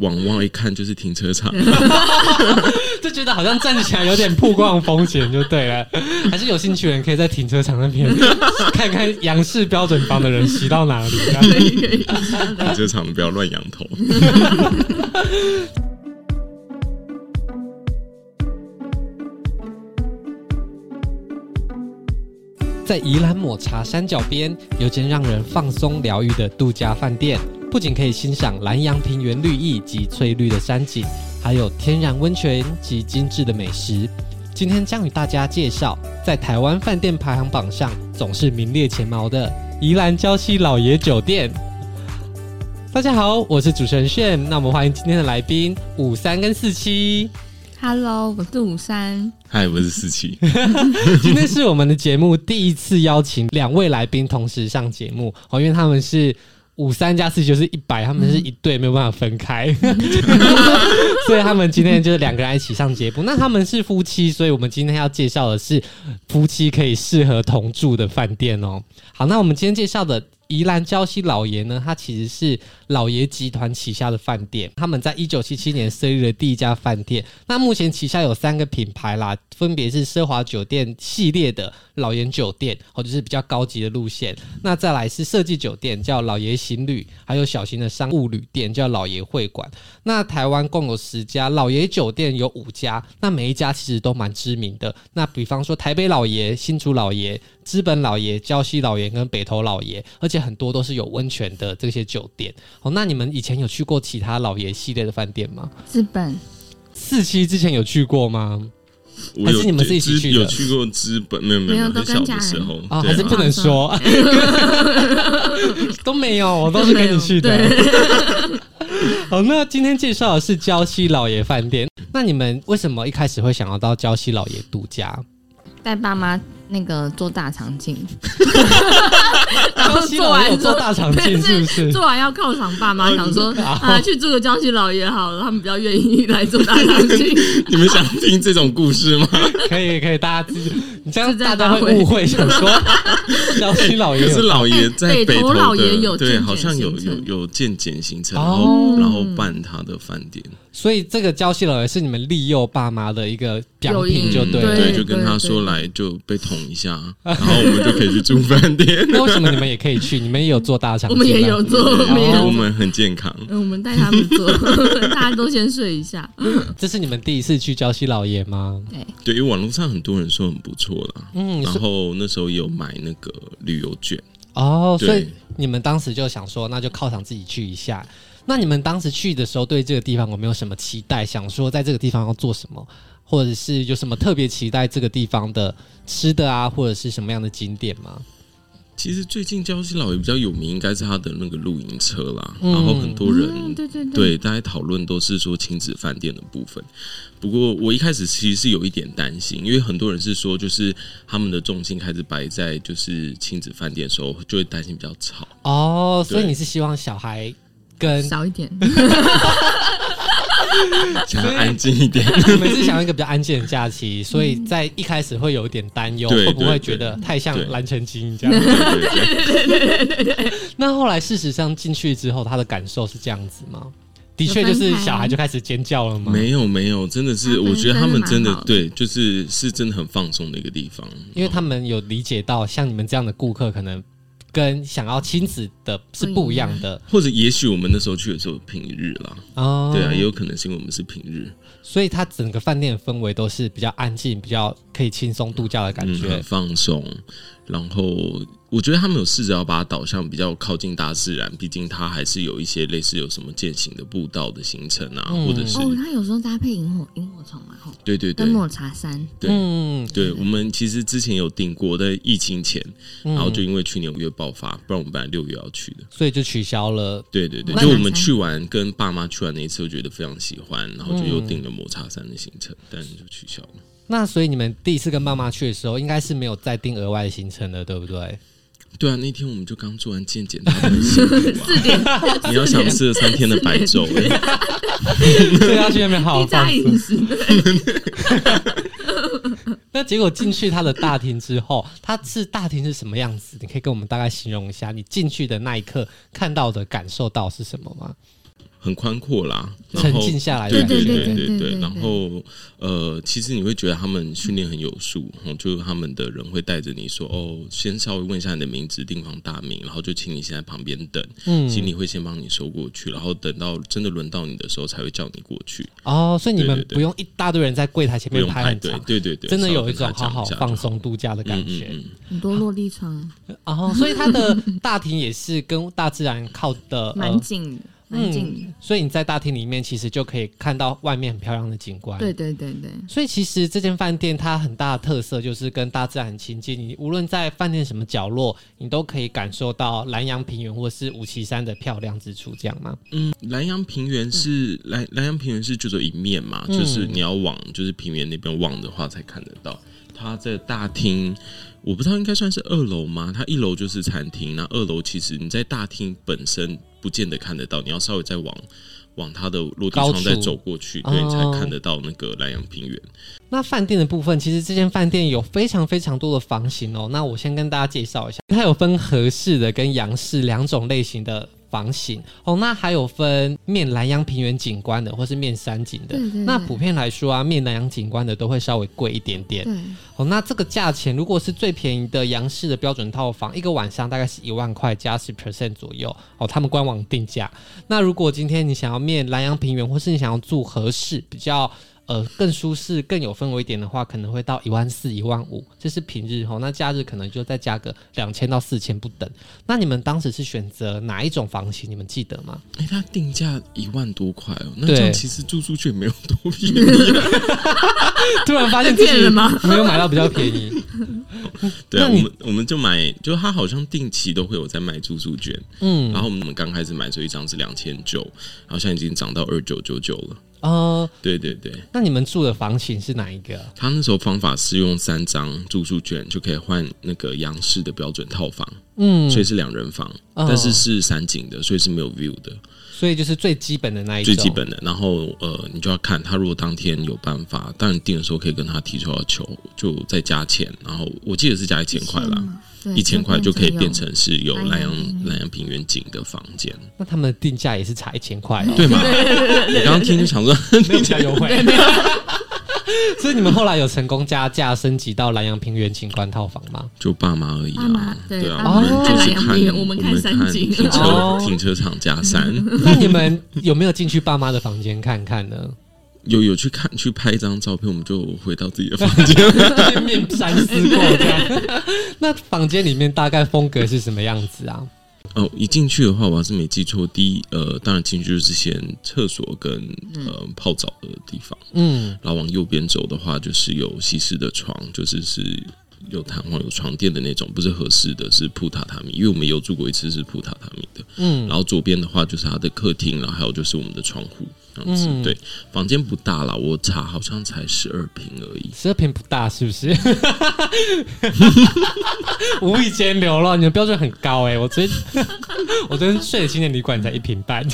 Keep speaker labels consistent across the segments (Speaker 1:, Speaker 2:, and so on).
Speaker 1: 往外一看就是停车场，
Speaker 2: 就觉得好像站起来有点曝光风险就对了。还是有兴趣的人可以在停车场那边看看杨氏标准房的人洗到哪里。
Speaker 1: 停车场不要乱仰头。
Speaker 2: 在宜兰抹茶山脚边，有间让人放松疗愈的度假饭店，不仅可以欣赏南洋平原绿意及翠绿的山景，还有天然温泉及精致的美食。今天将与大家介绍，在台湾饭店排行榜上总是名列前茅的宜兰礁溪老爷酒店。大家好，我是主持人炫，那我们欢迎今天的来宾53跟47。
Speaker 3: Hello， 我是53。
Speaker 1: 嗨，我是47。
Speaker 2: 今天是我们的节目第一次邀请2位来宾同时上节目，因为他们是53加47就是100，他们是一对，没有办法分开，所以他们今天就是2个人一起上节目。那他们是夫妻，所以我们今天要介绍的是夫妻可以适合同住的饭店哦。好，那我们今天介绍的宜兰礁溪老爷呢，它其实是老爷集团旗下的饭店，他们在1977年设立了第一家饭店。那目前旗下有3个品牌啦，分别是奢华酒店系列的老爷酒店，就是比较高级的路线。那再来是设计酒店叫老爷行旅，还有小型的商务旅店叫老爷会馆。那台湾共有10家，老爷酒店有5家，那每一家其实都蛮知名的。那比方说台北老爷、新竹老爷、知本老爷、礁溪老爷跟北投老爷，而且很多都是有温泉的这些酒店。那你们以前有去过其他老爷系列的饭店吗？
Speaker 3: 资本
Speaker 2: 47之前有去过吗？还是你们是一起去的？
Speaker 1: 有去过资本，没有，很小的时候
Speaker 2: 啊，还是不能说，都没有，我都是跟你去的。好，那今天介绍的是礁溪老爷饭店。那你们为什么一开始会想要到礁溪老爷度假？
Speaker 3: 带爸妈那个做大肠镜，
Speaker 2: 然后做完有做大肠镜是不是？
Speaker 3: 做完要犒赏爸妈，想说去住个礁溪老爷好了，他们比较愿意来做大肠镜。
Speaker 1: 你们想听这种故事吗？
Speaker 2: 可以，大家你这样大家会误会，想说礁溪老爷
Speaker 1: 可是老爷在北投
Speaker 3: 老爷有
Speaker 1: 对，好像有健检行程，然后办他的饭店。
Speaker 2: 所以这个礁溪老爷是你们利诱爸妈的一个奖品，就对了。
Speaker 1: 对，就跟他说来就被捅一下，然后我们就可以去住饭店。
Speaker 2: 那为什么你们也可以去？你们也有做大肠镜？
Speaker 3: 我们也有做，
Speaker 1: 我们很健康。
Speaker 3: 我们带他们做，大家都先睡一下。
Speaker 2: 这是你们第一次去礁溪老爷吗？
Speaker 1: 对，因为网络上很多人说很不错啦。然后那时候也有买那个旅游券。
Speaker 2: 所以你们当时就想说，那就犒赏自己去一下。那你们当时去的时候，对这个地方有没有什么期待？想说在这个地方要做什么，或者是有什么特别期待这个地方的吃的啊，或者是什么样的景点吗？
Speaker 1: 其实最近礁溪老爷比较有名，应该是他的那个露营车啦。然后很多人对大家讨论都是说亲子饭店的部分。不过我一开始其实是有一点担心，因为很多人是说，就是他们的重心开始摆在就是亲子饭店的时候，就会担心比较吵。
Speaker 2: 所以你是希望小孩跟
Speaker 3: 少一点，
Speaker 1: 想要安静一点。
Speaker 2: 你们是想要一个比较安静的假期，所以在一开始会有一点担忧，会不会觉得太像蓝城精英这样？对。那后来事实上进去之后，他的感受是这样子吗？的确就是小孩就开始尖叫了吗？
Speaker 1: 没有，真的是，我觉得他们真的对，就是真的很放松的一个地方，
Speaker 2: 因为他们有理解到像你们这样的顾客可能跟想要亲子的是不一样的，
Speaker 1: 或者也许我们那时候去的时候平日啦，对啊，也有可能是因为我们是平日，
Speaker 2: 所以它整个饭店的氛围都是比较安静，比较可以轻松度假的感觉，
Speaker 1: 很放松。然后我觉得他们有试着要把它导向比较靠近大自然，毕竟它还是有一些类似有什么健行的步道的行程啊，或者是
Speaker 3: 它有时候搭配萤火虫嘛，
Speaker 1: 对，
Speaker 3: 跟抹茶山，
Speaker 1: 对，我们其实之前有订过，在疫情前，然后就因为去年5月爆发，不然我们本来6月要去的，
Speaker 2: 所以就取消了。
Speaker 1: 对，就我们去完跟爸妈去完那一次，我觉得非常喜欢，然后就又订了抹茶山的行程，但是就取消了。
Speaker 2: 那所以你们第一次跟妈妈去的时候，应该是没有再订额外的行程了，对不对？
Speaker 1: 对啊，那天我们就刚做完健检，很辛苦啊。你要想吃了3天的白粥，
Speaker 2: 所以要去那边好好放松。那结果进去他的大厅之后，大厅是什么样子？你可以跟我们大概形容一下，你进去的那一刻看到的、感受到是什么吗？
Speaker 1: 很宽阔啦，
Speaker 2: 沉浸下来的
Speaker 1: 对
Speaker 2: 感觉。
Speaker 1: 对，然后其实你会觉得他们训练很有素，就是他们的人会带着你说先稍微问一下你的名字，订房大名，然后就请你先在旁边等，行李会先帮你收过去，然后等到真的轮到你的时候才会叫你过去。
Speaker 2: 所以你们不用一大堆人在柜台前面排很长，
Speaker 1: 对，
Speaker 2: 真的有一种好好放松度假的感觉。
Speaker 3: 很多落地窗，
Speaker 2: 所以它的大厅也是跟大自然靠的
Speaker 3: 蛮近的。
Speaker 2: 所以你在大厅里面其实就可以看到外面很漂亮的景观。
Speaker 3: 对。
Speaker 2: 所以其实这间饭店它很大的特色就是跟大自然很亲近，你无论在饭店什么角落，你都可以感受到南洋平原或是五旗山的漂亮之处，这样吗？
Speaker 1: 南洋平原是就只有一面嘛，就是你要往就是平原那边望的话才看得到。它在大厅，我不知道应该算是2楼吗？它1楼就是餐厅，那2楼其实你在大厅本身不见得看得到，你要稍微再往它的落地窗再走过去，对，你才看得到那个南洋平原。
Speaker 2: 那饭店的部分，其实这间饭店有非常非常多的房型哦。那我先跟大家介绍一下，它有分和式的跟洋式2种类型的房型哦，那还有分面南洋平原景观的，或是面山景的。对。那普遍来说啊，面南洋景观的都会稍微贵一点点。对。那这个价钱，如果是最便宜的洋式的标准套房，一个晚上大概是1万块加10% 左右他们官网定价。那如果今天你想要面南洋平原，或是你想要住和式比较更舒适更有氛围一点的话，可能会到1万4、1万5，这是平日那假日可能就再加个2000到4000不等。那你们当时是选择哪一种房型？你们记得吗？
Speaker 1: 它定价1万多块那这样其实住宿却没有多便宜
Speaker 2: 突然发现自己没有买到比较便宜
Speaker 1: 对啊，我们就买，就他好像定期都会有在卖住宿券，然后我们刚开始买的时候一张是2900，然后现在已经涨到2999了。对。
Speaker 2: 那你们住的房型是哪一个？
Speaker 1: 他那时候方法是用3张住宿券就可以换那个洋式的标准套房，所以是2人房，但是是山景的，所以是没有 view 的。
Speaker 2: 所以就是最基本的那一种，
Speaker 1: 最基本的。然后你就要看他如果当天有办法，当然订的时候可以跟他提出要求，就再加钱。然后我记得是加1000块啦，1000块就可以变成是有南洋平原景的房间。
Speaker 2: 那他们的定价也是差1000块
Speaker 1: 对吗？我刚刚听就想说
Speaker 2: 没有比较优惠。所以你们后来有成功加价升级到南洋平原景观套房吗？
Speaker 1: 就爸妈而已啊，对啊，
Speaker 3: 我们就是看我们看山景，
Speaker 1: 停车场加3。
Speaker 2: 那你们有没有进去爸妈的房间看看呢？
Speaker 1: 有去拍一张照片，我们就回到自己的房间，
Speaker 2: 面山思过这样。那房间里面大概风格是什么样子啊？
Speaker 1: 一进去的话，我要是没记错，当然进去就是先厕所跟泡澡的地方，然后往右边走的话，就是有西式的床，就是有弹簧有床垫的那种，不是合适的，是铺榻榻米，因为我们有住过一次是铺榻榻米的。然后左边的话就是它的客厅，然后还有就是我们的窗户这样子。对，房间不大啦，我查好像才12坪而已。
Speaker 2: 12坪不大是不是？无意间流露，你的标准很高我昨天睡的青年旅馆才1坪半。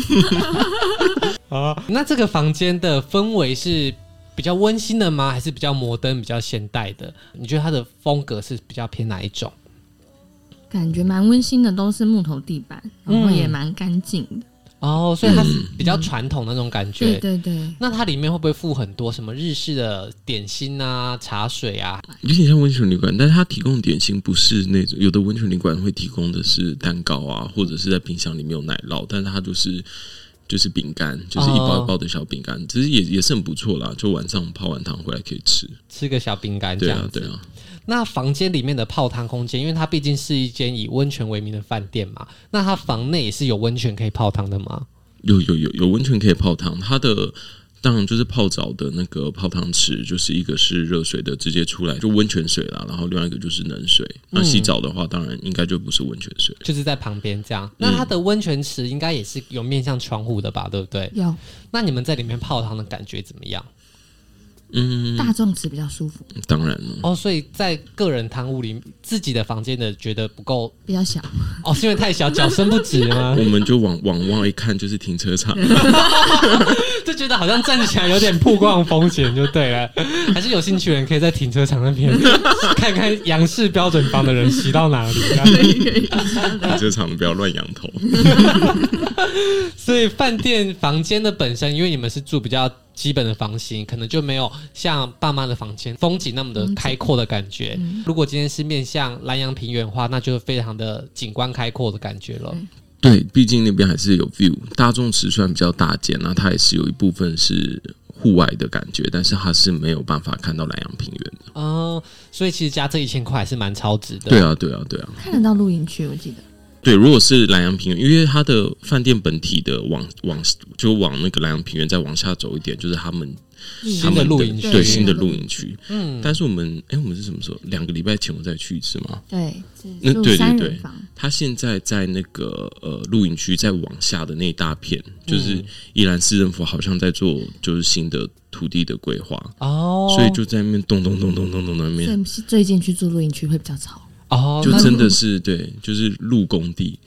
Speaker 2: 那这个房间的氛围是比较温馨的吗？还是比较摩登、比较现代的？你觉得它的风格是比较偏哪一种？
Speaker 3: 感觉蛮温馨的，都是木头地板，然后也蛮干净的。
Speaker 2: 所以它是比较传统的那种感觉。
Speaker 3: 对。
Speaker 2: 那它里面会不会附很多什么日式的点心啊、茶水啊？
Speaker 1: 有点像温泉旅馆，但是它提供的点心不是那种，有的温泉旅馆会提供的是蛋糕啊，或者是在冰箱里面有奶酪，但是它就是饼干，就是一包一包的小饼干，其实也是很不错啦。就晚上泡完汤回来可以吃
Speaker 2: 个小饼干这样子。对啊。那房间里面的泡汤空间，因为它毕竟是一间以温泉为名的饭店嘛，那它房内也是有温泉可以泡汤的吗？
Speaker 1: 有温泉可以泡汤，它的当然就是泡澡的那个泡汤池，就是一个是热水的直接出来就温泉水啦，然后另外一个就是冷水。那洗澡的话当然应该就不是温泉水，
Speaker 2: 就是在旁边这样。那它的温泉池应该也是有面向窗户的吧，对不对？
Speaker 3: 有。
Speaker 2: 那你们在里面泡汤的感觉怎么样？
Speaker 3: 大众池比较舒服，
Speaker 1: 当然了。
Speaker 2: 所以在个人汤屋里，自己的房间的觉得不够，
Speaker 3: 比较小。
Speaker 2: 是因为太小，脚伸不直吗？
Speaker 1: 我们就往外一看就是停车场，
Speaker 2: 就觉觉得好像站起来有点曝光风险就对了，还是有兴趣的人可以在停车场那边看看洋式标准房的人洗到哪里。
Speaker 1: 停车场不要乱仰头。
Speaker 2: 所以饭店房间的本身，因为你们是住比较基本的房型，可能就没有像爸妈的房间风景那么的开阔的感觉。如果今天是面向南洋平原的话，那就非常的景观开阔的感觉了。
Speaker 1: 对，毕竟那边还是有 view。大众池虽然比较大间，那它也是有一部分是户外的感觉，但是它是没有办法看到南洋平原的。
Speaker 2: 哦，所以其实加这1000块还是蛮超值的。
Speaker 1: 对啊，
Speaker 3: 看得到露营区，我记得。
Speaker 1: 对，如果是南洋平原，因为它的饭店本体的往那个南洋平原再往下走一点，就是他们
Speaker 2: 的露营区，
Speaker 1: 对，新的露营区。但是我们是什么时候？2个礼拜前我再去一次吗？
Speaker 3: 对，
Speaker 1: 对，他现在在那个露营区再往下的那一大片，就是宜兰市政府好像在做就是新的土地的规划哦，所以就在那边咚那边。
Speaker 3: 最近去住露营区会比较吵。
Speaker 2: 哦，
Speaker 1: 就真的是对，就是路工地，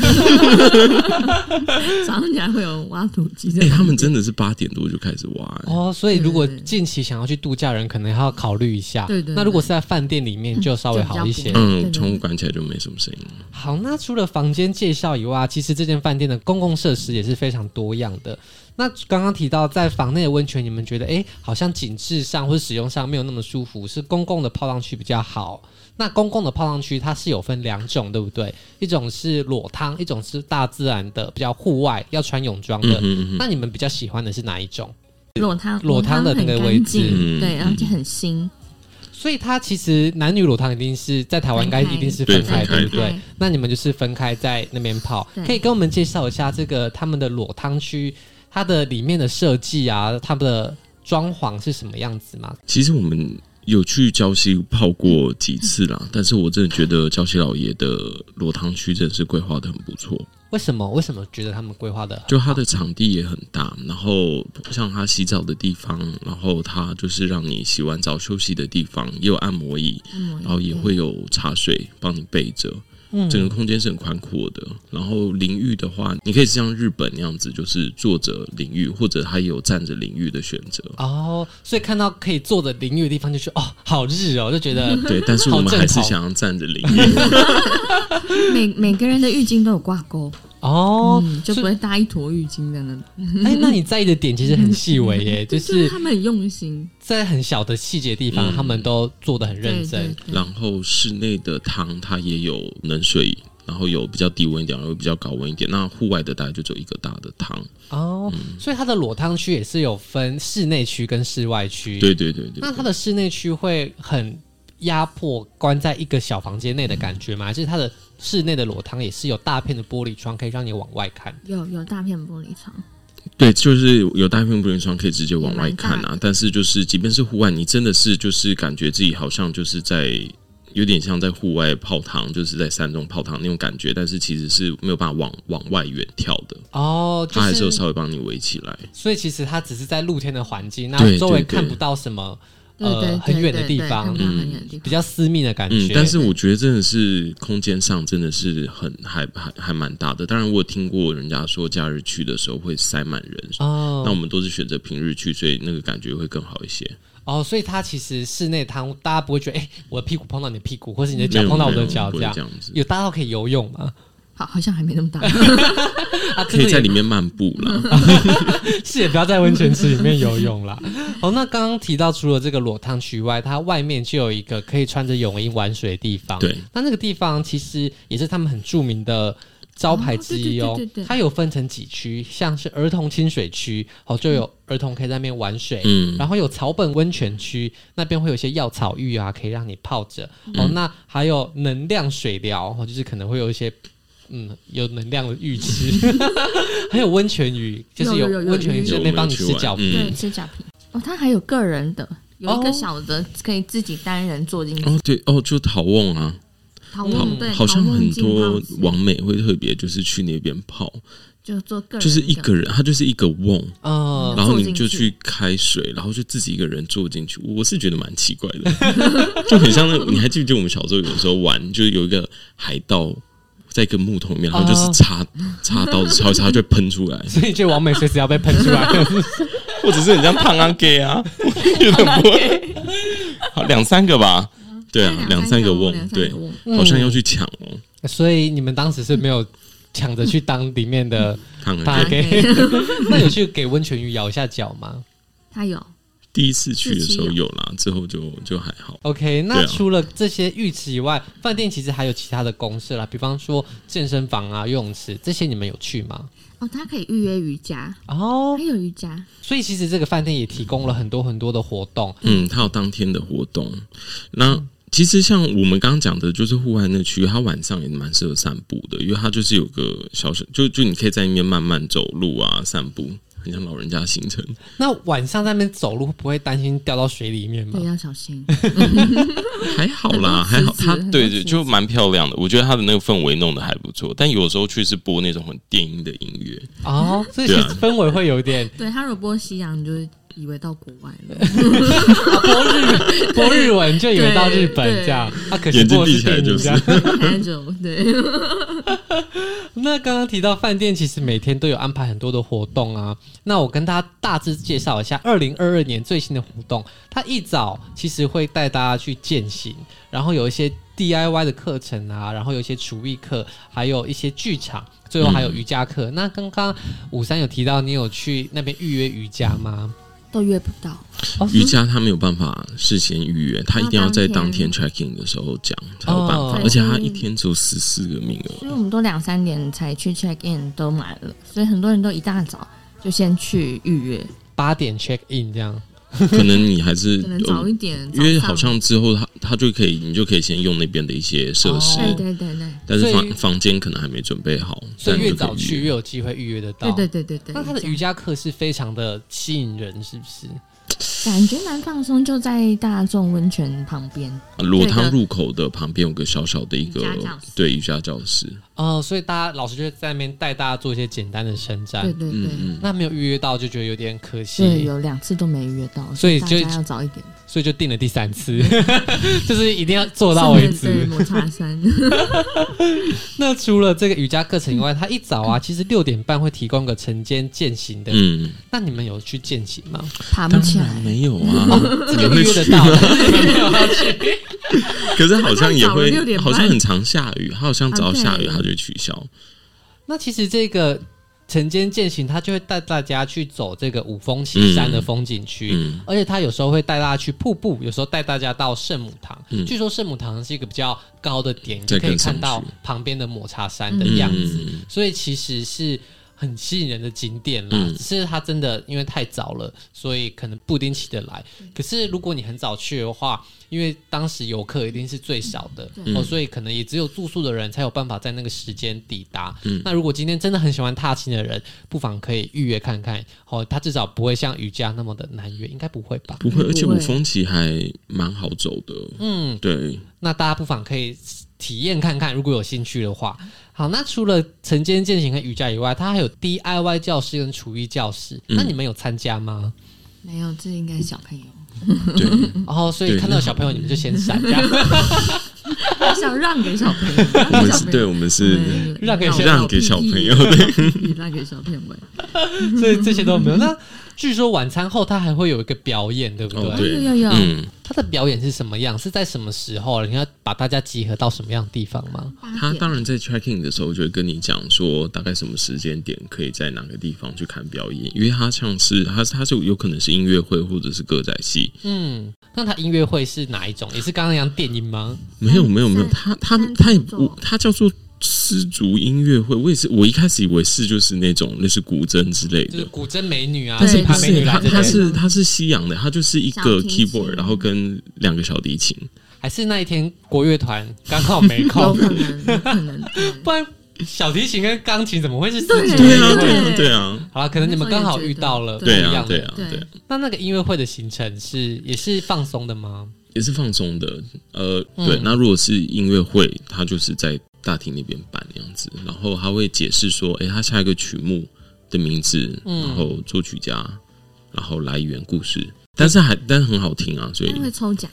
Speaker 3: 早上起来会有挖土机。
Speaker 1: 他们真的是8点多就开始挖。
Speaker 2: 哦，所以如果近期想要去度假人，可能还要考虑一下。
Speaker 3: 对，
Speaker 2: 那如果是在饭店里面，就稍微好一些。
Speaker 1: 窗户关起来就没什么声音。
Speaker 2: 好，那除了房间介绍以外，其实这间饭店的公共设施也是非常多样的。那刚刚提到在房内的温泉，你们觉得好像景致上或者使用上没有那么舒服，是公共的泡汤区比较好。那公共的泡汤区它是有分2种，对不对？一种是裸汤，一种是大自然的比较户外要穿泳装的。那你们比较喜欢的是哪一种？
Speaker 3: 裸汤
Speaker 2: 的那个位置，
Speaker 3: 对，而且很新。
Speaker 2: 所以它其实男女裸汤一定是在台湾应该一定是分开，对不对？那你们就是分开在那边泡，可以跟我们介绍一下这个他们的裸汤区，它的里面的设计啊，它的装潢是什么样子吗？
Speaker 1: 其实我们有去礁溪泡过几次啦，但是我真的觉得礁溪老爷的裸汤区真的是规划的很不错。
Speaker 2: 为什么觉得他们规划的？
Speaker 1: 就它的场地也很大，然后像它洗澡的地方，然后它就是让你洗完澡休息的地方，也有按摩椅，然后也会有茶水帮你备着。整个空间是很宽阔的，然后淋浴的话，你可以像日本那样子，就是坐着淋浴，或者它也有站着淋浴的选择。
Speaker 2: 哦，所以看到可以坐着淋浴的地方，就觉得好日哦，就觉得
Speaker 1: 对。但是我们还是想要站着淋浴。
Speaker 3: 每个人的浴巾都有挂钩哦，就不会搭一坨浴巾在那里。
Speaker 2: 那你在意的点其实很细微耶，就是
Speaker 3: 他们很用心，
Speaker 2: 在很小的细节地方，他们都做得很认真。
Speaker 1: 然后室内的汤它也有冷水，然后有比较低温一点，然后比较高温一点。那户外的大概就只有一个大的汤
Speaker 2: 哦，所以它的裸汤区也是有分室内区跟室外区。
Speaker 1: 对。
Speaker 2: 那它的室内区会很压迫关在一个小房间内的感觉吗？还是它的室内的裸汤也是有大片的玻璃窗可以让你往外看？
Speaker 3: 有大片玻璃窗。
Speaker 1: 对，就是有大片玻璃窗可以直接往外看啊。但是就是即便是户外，你真的是就是感觉自己好像就是在有点像在户外泡汤，就是在山中泡汤那种感觉，但是其实是没有办法往外远眺的哦，它还是有稍微帮你围起来。
Speaker 2: 所以其实它只是在露天的环境，那周围看不到什么。很远的地方，比较私密的感觉。
Speaker 1: 但是我觉得真的是空间上真的是还蛮大的。当然，我有听过人家说假日去的时候会塞满人，那我们都是选择平日去，所以那个感觉会更好一些。
Speaker 2: 哦，所以它其实室内汤，大家不会觉得我的屁股碰到你的屁股，或是你的脚碰到我的脚这样子。有大到可以游泳吗？
Speaker 3: 好像还没那么大。
Speaker 1: 可以在里面漫步啦。
Speaker 2: 是也不要在温泉池里面游泳啦。好，那刚刚提到除了这个裸汤区外，它外面就有一个可以穿着泳衣玩水的地方。
Speaker 1: 对，
Speaker 2: 那个地方其实也是他们很著名的招牌之一哦。对，它有分成几区，像是儿童亲水区，就有儿童可以在那边玩水。然后有草本温泉区，那边会有一些药草浴啊，可以让你泡着。那还有能量水疗，就是可能会有一些。有能量的浴池，还有温泉鱼，就是有温泉鱼这边帮你吃脚皮，
Speaker 3: 对，吃脚皮。它还有个人的，有一个小的可以自己单人坐进去。
Speaker 1: 对，就陶瓮啊，
Speaker 3: 陶瓮，对，
Speaker 1: 好像很多网美会特别就是去那边泡。
Speaker 3: 就做个人，
Speaker 1: 就是一个人，他就是一个瓮，然后你就去开水，然后就自己一个人坐进去。我是觉得蛮奇怪的，就很像你还记不记得我们小时候有时候玩，就是有一个海盗。 在一个木桶里面，然后就是插刀子插一插就会喷出来，
Speaker 2: 所以就王美随时要被喷出来，
Speaker 1: 或者是很像胖阿 gay 啊，有点不会，好2-3个吧，对啊，2-3个瓮，对，好像要去抢哦。
Speaker 2: 所以你们当时是没有抢着去当里面的
Speaker 1: 胖阿
Speaker 2: gay，那有去给温泉鱼咬一下脚吗？
Speaker 3: 他有。
Speaker 1: 第一次去的时候有啦，之后就还好。
Speaker 2: OK， 那除了这些浴池以外，饭店其实还有其他的公设啦，比方说健身房啊、游泳池这些，你们有去吗？
Speaker 3: 它可以预约瑜伽
Speaker 2: 哦，
Speaker 3: 还有瑜伽，
Speaker 2: 所以其实这个饭店也提供了很多很多的活动。
Speaker 1: 它有当天的活动。那其实像我们刚刚讲的，就是户外那区域，它晚上也蛮适合散步的，因为它就是有个小就你可以在那边慢慢走路啊、散步。很像老人家行程。
Speaker 2: 那晚上在那边走路，不会担心掉到水里面吗？
Speaker 3: 对，要小心。
Speaker 1: 还好啦，还好，它对，就蛮漂亮的。我觉得它的那个氛围弄得还不错，但有时候却是播那种很电音的音乐
Speaker 2: 哦，所以其实氛围会有点。
Speaker 3: 对，他如果播西洋，你就以为到国外了。
Speaker 2: 播日文就以为到日本这样，可惜播的是电音这样。
Speaker 3: 对。
Speaker 2: 那刚刚提到饭店，其实每天都有安排很多的活动啊。那我跟大家大致介绍一下2022年最新的活动。它一早其实会带大家去健行，然后有一些 DIY 的课程啊，然后有一些厨艺课，还有一些剧场，最后还有瑜伽课。那刚刚53有提到你有去那边预约瑜伽吗？
Speaker 3: 都约不到。
Speaker 1: 瑜伽他没有办法事先预约，他一定要在当天 check in 的时候讲才有办法，而且他一天只有14个名额，
Speaker 3: 所以我们都2-3点才去 check in 都满了，所以很多人都一大早就先去预约
Speaker 2: ，8点 check in 这样。
Speaker 1: 可能你还是
Speaker 3: 可能早一点，
Speaker 1: 因为好像之后他就可以，你就可以先用那边的一些设施，
Speaker 3: 对，
Speaker 1: 但是房间可能还没准备好，
Speaker 2: 所以越早去越有机会预约得到。
Speaker 3: 对。
Speaker 2: 那他的瑜伽课是非常的吸引人，是不是？
Speaker 3: 感觉蛮放松，就在大众温泉旁边，
Speaker 1: 裸汤入口的旁边有个小小的一个对瑜伽教室。
Speaker 2: 所以大家老师就在那边带大家做一些简单的伸展。
Speaker 3: 对。
Speaker 2: 那没有预约到就觉得有点可惜。
Speaker 3: 对，有2次都没预约到，
Speaker 2: 所以就
Speaker 3: 要早一点。
Speaker 2: 所以就订了第3次，就是一定要做到为止。
Speaker 3: 对，摩擦山。
Speaker 2: 那除了这个瑜伽课程以外，他一早啊，其实6点半会提供个晨间健行的。那你们有去健行吗？
Speaker 3: 爬不起来，
Speaker 1: 没有啊。
Speaker 2: 这个预约得到，没有要去。
Speaker 1: 可是好像也会，好像很常下雨，他好像只要下雨他就取消。
Speaker 2: 那其实这个晨间健行，他就会带大家去走这个五峰旗山的风景区，而且他有时候会带大家去瀑布，有时候带大家到圣母堂。据说圣母堂是一个比较高的点，你就可以看到旁边的抹茶山的样子，所以其实是很吸引人的景点啦。只是它真的因为太早了，所以可能不一定起得来。可是如果你很早去的话，因为当时游客一定是最少的，所以可能也只有住宿的人才有办法在那个时间抵达。那如果今天真的很喜欢踏青的人，不妨可以预约看看。它至少不会像瑜伽那么的难约，应该不会吧？
Speaker 1: 不会，而且五峰旗还蛮好走的。对。
Speaker 2: 那大家不妨可以体验看看，如果有兴趣的话。好，那除了晨间健行和瑜伽以外，它还有 DIY 教室跟厨艺教室。那你们有参加吗？
Speaker 3: 没有，这应该是小朋友。
Speaker 1: 对，
Speaker 2: 然后所以看到小朋友你们就先闪，这样。
Speaker 3: 想让给小朋友，
Speaker 1: 我们是
Speaker 2: 让给
Speaker 1: 小朋友，
Speaker 3: 对，让给小朋友玩。
Speaker 2: 所以这些都没有。那据说晚餐后他还会有一个表演，对不对？
Speaker 3: 有。
Speaker 2: 他的表演是什么样？是在什么时候？你要把大家集合到什么样的地方吗？
Speaker 1: 他当然在 check in 的时候就会跟你讲说，大概什么时间点可以在哪个地方去看表演，因为他像是他是有可能是音乐会或者是歌仔戏。
Speaker 2: 那他音乐会是哪一种？也是刚刚一样电音吗？
Speaker 1: 没有，他叫做丝竹音乐会。我一开始以为是就是那种类似古筝之类的，
Speaker 2: 就是古筝美女啊，
Speaker 1: 但是
Speaker 2: 美女来
Speaker 1: 它是西洋的，它就是一个 keyboard， 然后跟2个小提琴。
Speaker 2: 还是那一天国乐团刚好没空，
Speaker 3: 有可能，
Speaker 2: 不然小提琴跟钢琴怎么会是丝竹？
Speaker 1: 对啊。
Speaker 2: 好了，可能你们刚好遇到了不一样的。
Speaker 1: 对。
Speaker 2: 那个音乐会的行程也是放松的吗？
Speaker 1: 也是放松的。对。那如果是音乐会，它就是在大厅那边办那样子，然后他会解释说，他下一个曲目的名字，然后作曲家，然后来源故事，但是很好听啊，所以
Speaker 3: 会抽奖。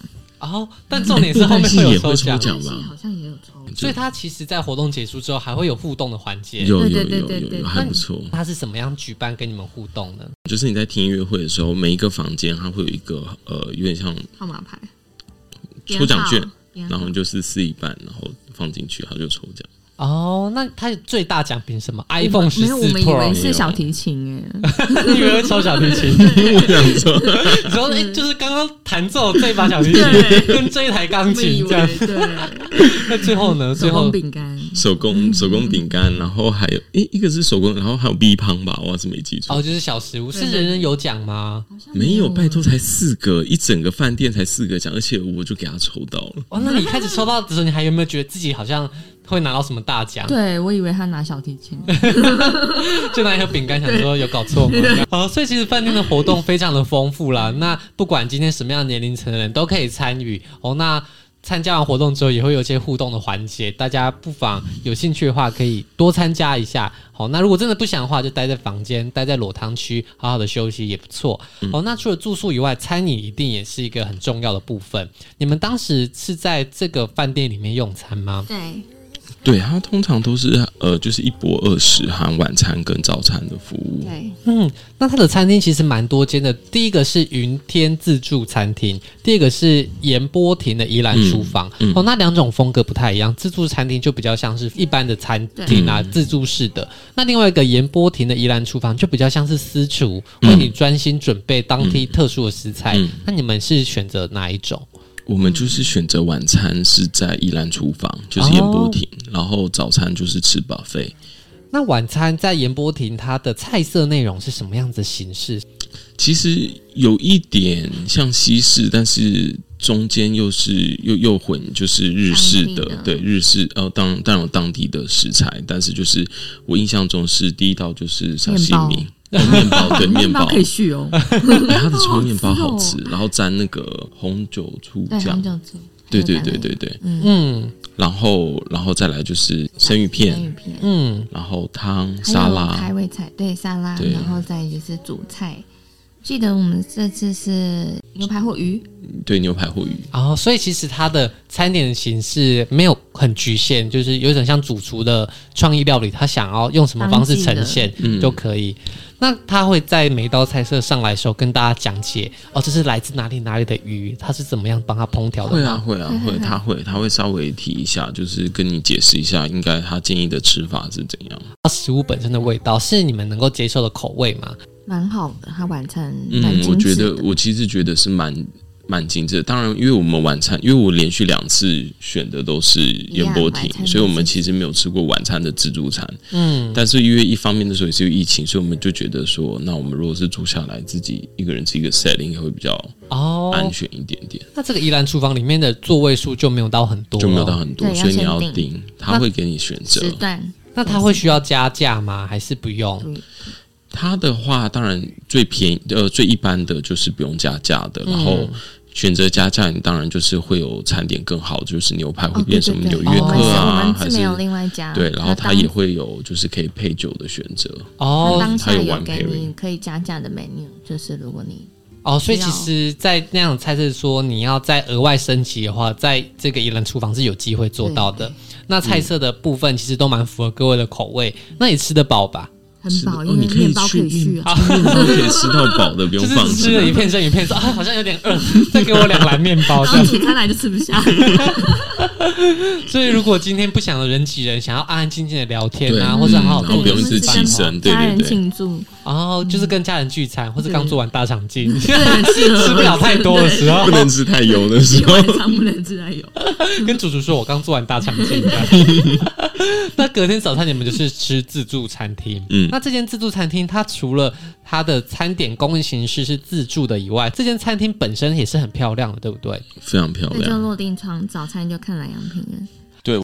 Speaker 2: 哦，但重点是后面会有抽奖
Speaker 1: 吧？
Speaker 3: 好像也有抽，
Speaker 2: 所以它其实在活动结束之后还会有互动的环节。
Speaker 1: 有，还不错。
Speaker 2: 它是怎么样举办跟你们互动呢？
Speaker 1: 就是你在听音乐会的时候，每一个房间它会有一个有点像
Speaker 3: 号码牌、
Speaker 1: 抽奖券，然后就是撕一半，然后放进去，它就抽奖。
Speaker 2: 哦，那它最大奖品什么 ？iPhone 14 Pro？
Speaker 3: 没有，我们以为是小提琴
Speaker 2: 你以为会抽小提琴？
Speaker 1: 这样说，
Speaker 2: 你说就是刚刚弹奏这把小提琴跟这一台钢琴这样。
Speaker 3: 对。
Speaker 2: 那最后呢？
Speaker 3: 手工饼干，
Speaker 1: 手工饼干，然后还有一个是手工，然后还有 B 胖吧，我要是没记错。
Speaker 2: 哦，就是小食物，是人人有奖吗？
Speaker 1: 没有，拜托，才4个，一整个饭店才4个奖，而且我就给他抽到了。
Speaker 2: 哦，那你一开始抽到的时候，你还有没有觉得自己好像会拿到什么大奖？
Speaker 3: 对，我以为他拿小提琴，
Speaker 2: 就拿一盒饼干，想说有搞错吗？好，所以其实饭店的活动非常的丰富啦。那不管今天什么样的年龄层的人都可以参与哦。那参加完活动之后，也会有一些互动的环节，大家不妨有兴趣的话，可以多参加一下。好，那如果真的不想的话，就待在房间，待在裸汤区，好好的休息也不错。好，那除了住宿以外，餐饮一定也是一个很重要的部分。你们当时是在这个饭店里面用餐吗？
Speaker 1: 对，它通常都是就是1博20，含晚餐跟早餐的服务。
Speaker 3: 对，
Speaker 2: 那它的餐厅其实蛮多间的。第一个是云天自助餐厅，第二个是盐波亭的宜兰厨房。那两种风格不太一样。自助餐厅就比较像是一般的餐厅啊，自助式的。那另外一个盐波亭的宜兰厨房就比较像是私厨，为你专心准备当地特殊的食材。那你们是选择哪一种？
Speaker 1: 我们就是选择晚餐是在宜兰厨房，就是盐波亭，然后早餐就是吃 buffet。
Speaker 2: 那晚餐在盐波亭，它的菜色内容是什么样子的形式？
Speaker 1: 其实有一点像西式，但是中间又混，就是日式的，对，日式当然有当地的食材，但是就是我印象中是第一道就是沙西米。面包对面包
Speaker 3: 可以续哦，
Speaker 1: 它的葱面包好吃，然后沾那个红酒醋酱，对，然后再来就是生鱼片，然后汤沙拉，
Speaker 3: 开胃菜，对沙拉，然后再就是主菜。记得我们这次是牛排或鱼，
Speaker 1: 对，牛排或鱼。
Speaker 2: 哦，所以其实它的餐点的形式没有很局限，就是有点像主厨的创意料理，他想要用什么方式呈现都可以。那他会在每一道菜色上来的时候跟大家讲解，这是来自哪里的鱼，他是怎么样帮他烹调的吗？
Speaker 1: 会，他会稍微提一下，就是跟你解释一下，应该他建议的吃法是怎样。
Speaker 2: 食物本身的味道是你们能够接受的口味吗？
Speaker 3: 蛮好的，他晚餐
Speaker 1: 我其实觉得是蛮精致的。当然，因为我们晚餐，因为我连续2次选的都是盐波亭，所以我们其实没有吃过晚餐的自助餐。但是因为一方面的时候也是有疫情，所以我们就觉得说，那我们如果是住下来自己一个人吃一个 set， 应该会比较安全一点点。
Speaker 2: 那这个宜兰厨房里面的座位数就没有到很多，
Speaker 1: 所以你要订，他会给你选择时
Speaker 3: 段。
Speaker 2: 那他会需要加价吗？还是不用？
Speaker 1: 它的话，当然最便宜最一般的就是不用加价的，然后选择加价，你当然就是会有餐点更好，就是牛排会变什么纽约客啊，还是
Speaker 3: 没有另外加。
Speaker 1: 对，然后它也会有就是可以配酒的选择。
Speaker 3: 当下有给你可以加价的 menu， 就是如果你
Speaker 2: 所以其实，在那样的菜色说你要再额外升级的话，在这个宜兰厨房是有机会做到的。那菜色的部分其实都蛮符合各位的口味，那你吃得饱吧？
Speaker 3: 很饱，因为面包可以续啊，
Speaker 1: 面包可以吃到饱的，不用放弃。
Speaker 2: 吃了一片剩一片，说好像有点饿，再给我2篮面包。
Speaker 3: 然后主餐来就吃不下。
Speaker 2: 所以如果今天不想人挤人，想要安安静静的聊天啊，或者好好
Speaker 1: 不用一直起身，对对对，
Speaker 3: 庆祝，
Speaker 2: 然后就是跟家人聚餐，或者刚做完大肠镜，
Speaker 3: 吃
Speaker 2: 不了太多的时候，
Speaker 1: 不能吃太油的时候，
Speaker 3: 晚上不能吃太油。
Speaker 2: 跟主厨说，我刚做完大肠镜。那隔天早餐你们就是吃自助餐厅，那这间自助餐厅，它除了它的餐点供应形式是自助的以外，这间餐厅本身也是很漂亮的，对不对？
Speaker 1: 非常漂亮，
Speaker 3: 就落地窗，早餐就看南洋平原。
Speaker 1: 对，其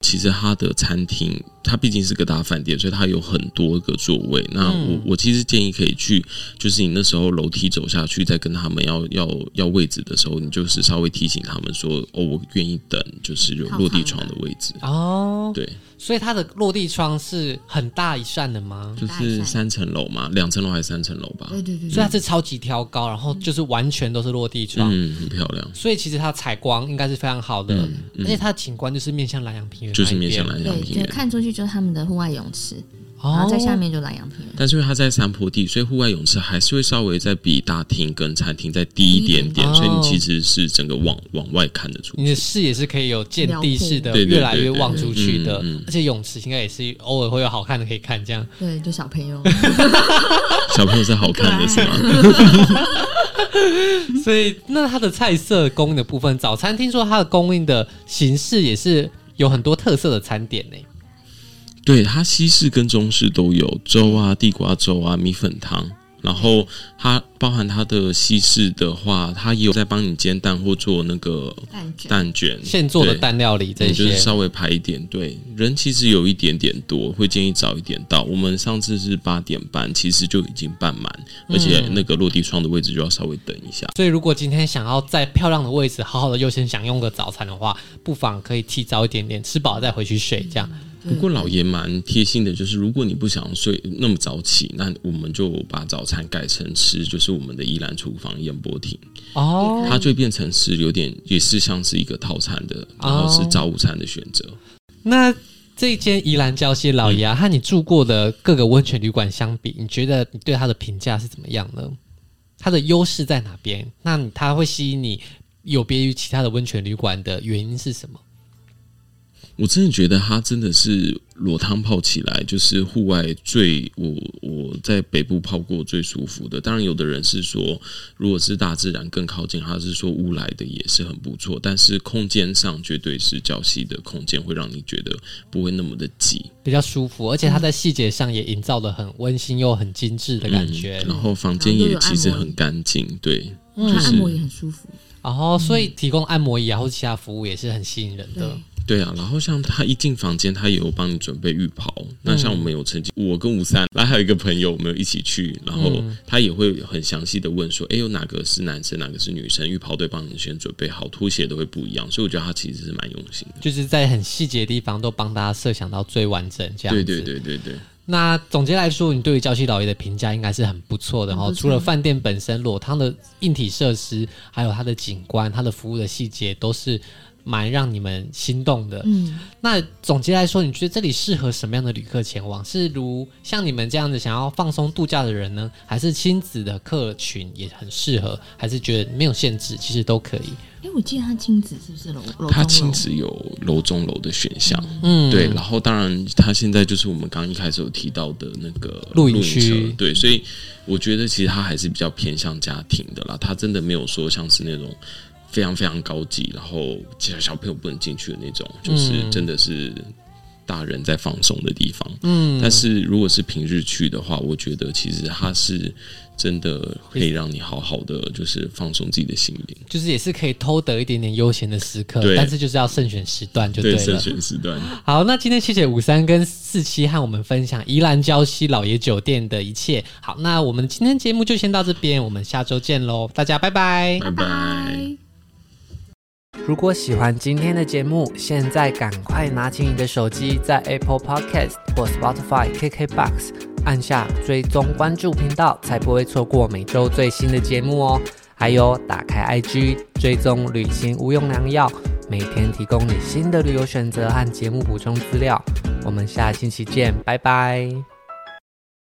Speaker 1: 其实它的餐厅，它毕竟是个大饭店，所以它有很多个座位。那我其实建议可以去，就是你那时候楼梯走下去，再跟他们要位置的时候，你就是稍微提醒他们说，我愿意等，就是有落地窗的位置。哦，对。
Speaker 2: 所以它的落地窗是很大一扇的吗？
Speaker 1: 就是3层楼嘛，2层楼还是3层楼吧？
Speaker 3: 对。
Speaker 2: 所以它是超级挑高，然后就是完全都是落地窗，
Speaker 1: 很漂亮。
Speaker 2: 所以其实它采光应该是非常好的，而且它的景观就是面向南洋平原，
Speaker 1: 就是面向南洋平原，
Speaker 3: 对，看出去就是他们的户外泳池。然后在下面就南洋平原，
Speaker 1: 但是因为它在山坡地，所以户外泳池还是会稍微再比大厅跟餐厅再低一点点，所以你其实是整个往外看得出去，
Speaker 2: 你的视野是可以有见地式的，越来越望出去的，而且泳池应该也是偶尔会有好看的可以看，这样。
Speaker 3: 对，就小朋友，
Speaker 1: 小朋友是好看的是吗？
Speaker 2: 所以那它的菜色供应的部分，早餐听说它的供应的形式也是有很多特色的餐点呢。
Speaker 1: 对，它西式跟中式都有粥啊、地瓜粥啊、米粉汤，然后它包含它的西式的话，它也有在帮你煎蛋或做那个蛋卷，
Speaker 2: 现做的蛋料理这些，
Speaker 1: 就是稍微排一点。对，人其实有一点点多，会建议早一点到。我们上次是8点半，其实就已经办满，而且那个落地窗的位置就要稍微等一下。
Speaker 2: 所以如果今天想要在漂亮的位置好好的优先享用个早餐的话，不妨可以提早一点点，吃饱再回去睡这样。
Speaker 1: 不过老爷蛮贴心的，就是如果你不想睡那么早起，那我们就把早餐改成吃，就是我们的宜兰厨房燕波亭哦，它就变成是有点也是像是一个套餐的，然后是早午餐的选择。
Speaker 2: 那这间宜兰礁溪老爷和你住过的各个温泉旅馆相比，你觉得你对它的评价是怎么样呢？它的优势在哪边？那它会吸引你有别于其他的温泉旅馆的原因是什么？
Speaker 1: 我真的觉得它真的是裸汤泡起来，就是户外我在北部泡过最舒服的。当然，有的人是说，如果是大自然更靠近，他是说乌来的也是很不错。但是空间上绝对是礁溪的空间会让你觉得不会那么的挤，
Speaker 2: 比较舒服，而且它在细节上也营造的很温馨又很精致的感觉。
Speaker 1: 然后房间也其实很干净，对，
Speaker 3: 按摩也很舒服。
Speaker 2: 然后，所以提供按摩椅啊或者其他服务也是很吸引人的。
Speaker 1: 对啊，然后像他一进房间，他也有帮你准备浴袍。那像我们有曾经，我跟53，还有一个朋友，我们有一起去，然后他也会很详细的问说，有哪个是男生，哪个是女生，浴袍队帮你先准备好，拖鞋都会不一样，所以我觉得他其实是蛮用心的，
Speaker 2: 就是在很细节的地方都帮大家设想到最完整这样子。
Speaker 1: 对。
Speaker 2: 那总结来说，你对于礁溪老爷的评价应该是很不错的哈。除了饭店本身裸汤的硬体设施，还有它的景观、它的服务的细节，都是蛮让你们心动的。那总结来说，你觉得这里适合什么样的旅客前往？是如像你们这样子想要放松度假的人呢，还是亲子的客群也很适合？还是觉得没有限制，其实都可以？
Speaker 3: 我记得他亲子是不是楼？
Speaker 1: 他亲子有楼中楼的选项，对。然后当然，他现在就是我们刚一开始有提到的那个
Speaker 2: 露营区，
Speaker 1: 对。所以我觉得其实他还是比较偏向家庭的啦，他真的没有说像是那种非常非常高级，然后小朋友不能进去的那种，就是真的是大人在放松的地方。但是如果是平日去的话，我觉得其实它是真的可以让你好好的就是放松自己的心灵，
Speaker 2: 就是也是可以偷得一点点悠闲的时刻，但是就是要慎选时段就对了。
Speaker 1: 对，慎选时段。
Speaker 2: 好，那今天谢谢53跟47和我们分享宜兰礁溪老爷酒店的一切。好，那我们今天节目就先到这边，我们下周见咯，大家拜拜，
Speaker 1: 拜拜。
Speaker 2: 如果喜欢今天的节目，现在赶快拿起你的手机，在 Apple Podcast 或 Spotify、KKBox 按下追踪关注频道，才不会错过每周最新的节目哦。还有打开 IG 追踪旅行无用良药，每天提供你新的旅游选择和节目补充资料。我们下星期见，拜拜。